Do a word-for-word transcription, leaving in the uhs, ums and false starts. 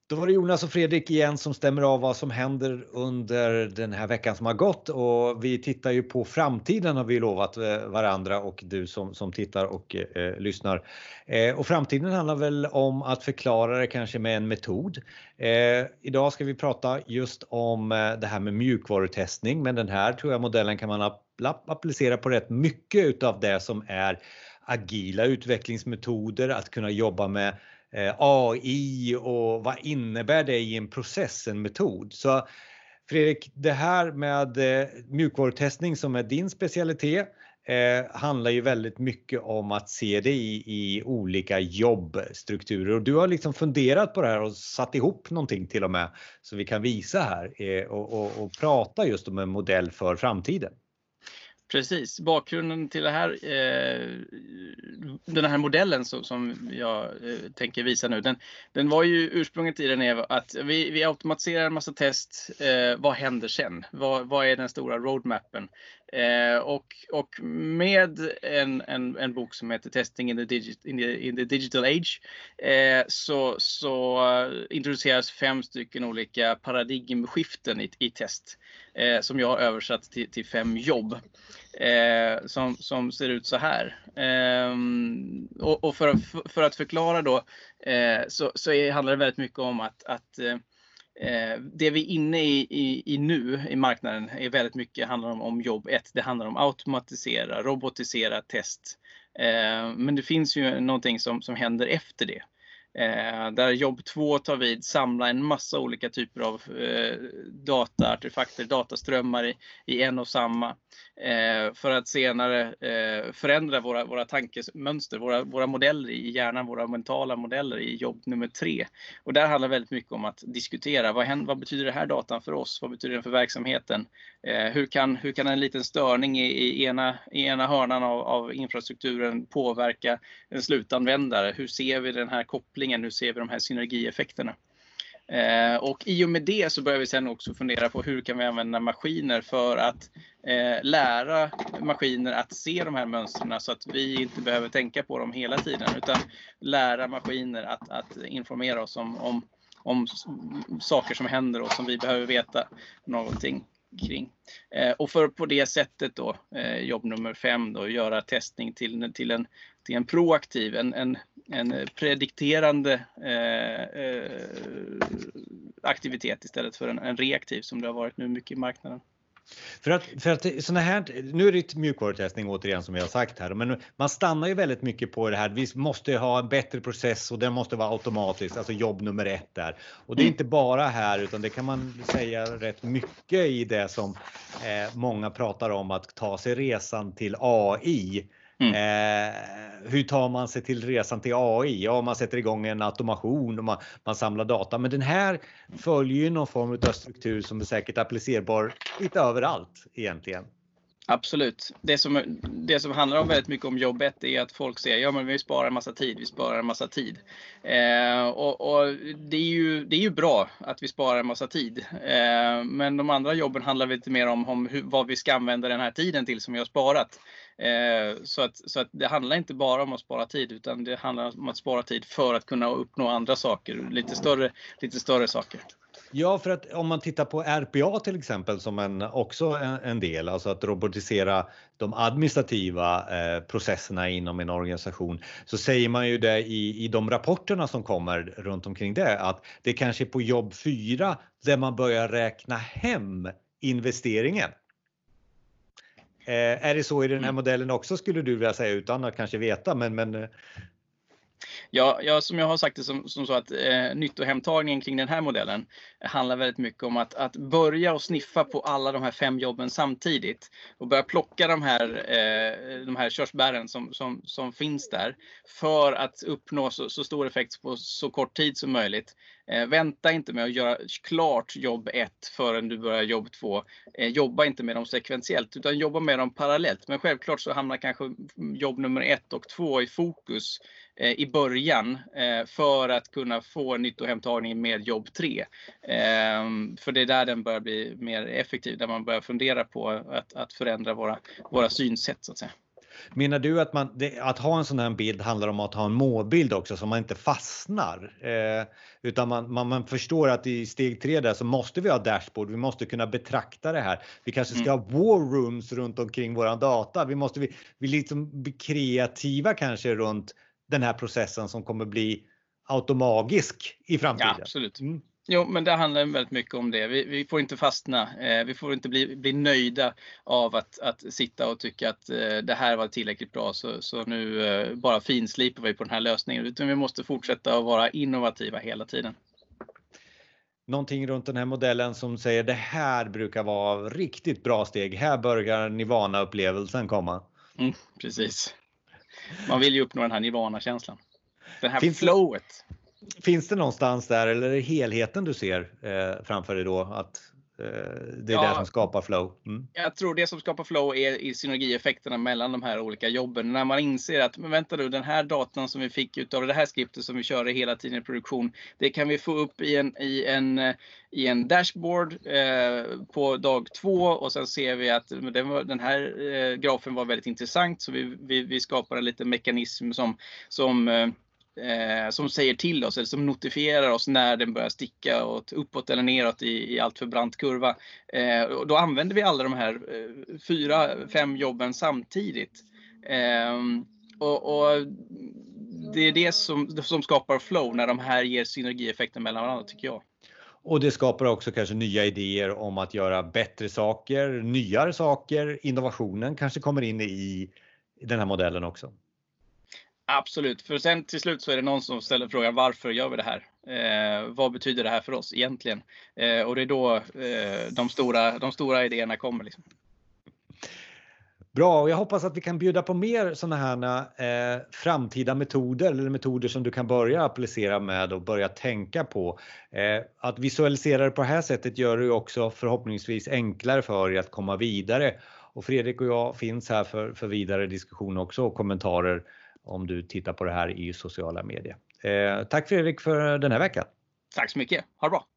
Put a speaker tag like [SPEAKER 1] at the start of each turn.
[SPEAKER 1] Då var det Jonas och Fredrik igen som stämmer av vad som händer under den här veckan som har gått, och vi tittar ju på framtiden har vi lovat varandra och du som, som tittar och eh, lyssnar. Eh, och framtiden handlar väl om att förklara det kanske med en metod. Eh, idag ska vi prata just om eh, det här med mjukvarutestning, men den här tror jag modellen kan man ap- applicera på rätt mycket utav det som är agila utvecklingsmetoder, att kunna jobba med A I och vad innebär det i en process, en metod. Så Fredrik, det här med mjukvarutestning som är din specialitet eh, handlar ju väldigt mycket om att se det i, i olika jobbstrukturer, och du har liksom funderat på det här och satt ihop någonting till och med så vi kan visa här eh, och, och, och prata just om en modell för framtiden.
[SPEAKER 2] Precis, bakgrunden till det här, eh, den här modellen som, som jag eh, tänker visa nu, den, den var ju ursprunget i den är att vi, vi automatiserar en massa test, eh, vad händer sen? Vad, vad är den stora roadmappen? Eh, och, och med en, en, en bok som heter Testing in the, Digi- in the, in the Digital Age eh, så, så introduceras fem stycken olika paradigmskiften i, i test eh, som jag har översatt till, till fem jobb. Eh, som, som ser ut så här. Eh, och och för, för att förklara då eh, så, så är, handlar det väldigt mycket om att, att eh, det vi är inne i, i, i nu i marknaden är väldigt mycket handlar om, om jobb ett. Det handlar om automatisera, robotisera test. Eh, men det finns ju någonting som, som händer efter det. Eh, där jobb två tar vid, samla en massa olika typer av eh, dataartefakter, dataströmmar i, i en och samma. Eh, för att senare eh, förändra våra, våra tankemönster, våra, våra modeller i hjärnan, våra mentala modeller i jobb nummer tre. Och där handlar väldigt mycket om att diskutera, vad, händer, vad betyder det här datan för oss? Vad betyder det för verksamheten? Eh, hur, kan, hur kan en liten störning i, i, ena, i ena hörnan av, av infrastrukturen påverka en slutanvändare? Hur ser vi den här kopplingen? Hur ser vi de här synergieffekterna? Eh, och i och med det så börjar vi sen också fundera på hur kan vi använda maskiner för att eh, lära maskiner att se de här mönstren så att vi inte behöver tänka på dem hela tiden, utan lära maskiner att, att informera oss om, om, om saker som händer och som vi behöver veta någonting kring. Eh, och för på det sättet då, eh, jobb nummer fem då, göra testning till, till, en, till en proaktiv, en, en, en predikterande eh, eh, aktivitet istället för en, en reaktiv som det har varit nu mycket i marknaden.
[SPEAKER 1] För att, för att såna här, nu är det ett mjukvarutestning återigen som jag har sagt här, men man stannar ju väldigt mycket på det här. Vi måste ha en bättre process och den måste vara automatisk, alltså jobb nummer ett där. Och det är inte bara här, utan det kan man säga rätt mycket i det som eh, många pratar om, att ta sig resan till A I. Mm. Eh, hur tar man sig till resan till A I? Ja, man sätter igång en automation och man, man samlar data. Men den här följer ju någon form av struktur som är säkert applicerbar lite överallt egentligen.
[SPEAKER 2] Absolut. Det som, det som handlar om väldigt mycket om jobbet är att folk säger ja men vi sparar en massa tid, vi sparar en massa tid. Eh, och och det, är ju, det är ju bra att vi sparar en massa tid. Eh, men de andra jobben handlar lite mer om, om hur, vad vi ska använda den här tiden till som vi har sparat. Eh, så att, så att det handlar inte bara om att spara tid, utan det handlar om att spara tid för att kunna uppnå andra saker, lite större, lite större saker.
[SPEAKER 1] Ja, för att om man tittar på R P A till exempel som en, också en, en del, alltså att robotisera de administrativa eh, processerna inom en organisation, så säger man ju det i, i de rapporterna som kommer runt omkring det, att det kanske är på jobb fyra där man börjar räkna hem investeringen. Eh, är det så i den här modellen också, skulle du vilja säga, utan att kanske veta, men... men
[SPEAKER 2] Ja, ja, som jag har sagt det som, som så att eh, nyttohemtagningen kring den här modellen handlar väldigt mycket om att, att börja och sniffa på alla de här fem jobben samtidigt och börja plocka de här, eh, de här körsbären som, som, som finns där för att uppnå så, så stor effekt på så kort tid som möjligt. Eh, vänta inte med att göra klart jobb ett förrän du börjar jobb två. Eh, jobba inte med dem sekventiellt utan jobba med dem parallellt. Men självklart så hamnar kanske jobb nummer ett och två i fokus eh, i början eh, för att kunna få en nyttohemtagning med jobb tre. Eh, för det är där den börjar bli mer effektiv, där man börjar fundera på att, att förändra våra, våra synsätt så att säga.
[SPEAKER 1] Menar du att, man, det, att ha en sån här bild handlar om att ha en målbild också så man inte fastnar? Eh, utan man, man, man förstår att i steg tre där så måste vi ha dashboard, vi måste kunna betrakta det här. Vi kanske ska mm. ha war rooms runt omkring våran data. Vi måste vi, vi liksom bli kreativa kanske runt den här processen som kommer bli automagisk i framtiden.
[SPEAKER 2] Ja, absolut. Mm. Jo, men det handlar väldigt mycket om det. Vi, vi får inte fastna. Eh, vi får inte bli, bli nöjda av att, att sitta och tycka att eh, det här var tillräckligt bra. Så, så nu eh, bara finslipar vi på den här lösningen. Utan vi måste fortsätta att vara innovativa hela tiden.
[SPEAKER 1] Någonting runt den här modellen som säger det här brukar vara riktigt bra steg. Här börjar Nirvana-upplevelsen komma.
[SPEAKER 2] Mm, precis. Man vill ju uppnå den här Nirvana-känslan. Den här
[SPEAKER 1] Finns
[SPEAKER 2] flowet.
[SPEAKER 1] Finns det någonstans där eller är det helheten du ser eh, framför dig då att eh, det är ja, det som skapar flow? Mm.
[SPEAKER 2] Jag tror det som skapar flow är i synergieffekterna mellan de här olika jobben. När man inser att men vänta du, den här datan som vi fick ut av det här skriptet som vi kör hela tiden i produktion, det kan vi få upp i en, i en, i en dashboard eh, på dag två och sen ser vi att den, var, den här eh, grafen var väldigt intressant så vi, vi, vi skapar en liten mekanism som, som eh, Eh, som säger till oss eller som notifierar oss när den börjar sticka åt, uppåt eller neråt i, i allt för brant kurva. Eh, och då använder vi alla de här eh, fyra, fem jobben samtidigt. Eh, och, och det är det som, som skapar flow när de här ger synergieffekter mellan varandra tycker jag.
[SPEAKER 1] Och det skapar också kanske nya idéer om att göra bättre saker, nyare saker, innovationen kanske kommer in i den här modellen också.
[SPEAKER 2] Absolut, för sen till slut så är det någon som ställer frågan varför gör vi det här? Eh, vad betyder det här för oss egentligen? Eh, och det är då eh, de, stora, de stora idéerna kommer. Liksom.
[SPEAKER 1] Bra, och jag hoppas att vi kan bjuda på mer sådana här eh, framtida metoder eller metoder som du kan börja applicera med och börja tänka på. Eh, att visualisera det på det här sättet gör det ju också förhoppningsvis enklare för er att komma vidare. Och Fredrik och jag finns här för, för vidare diskussion också och kommentarer om du tittar på det här i sociala medier. Eh, tack Fredrik för den här veckan.
[SPEAKER 2] Tack så mycket. Ha det bra.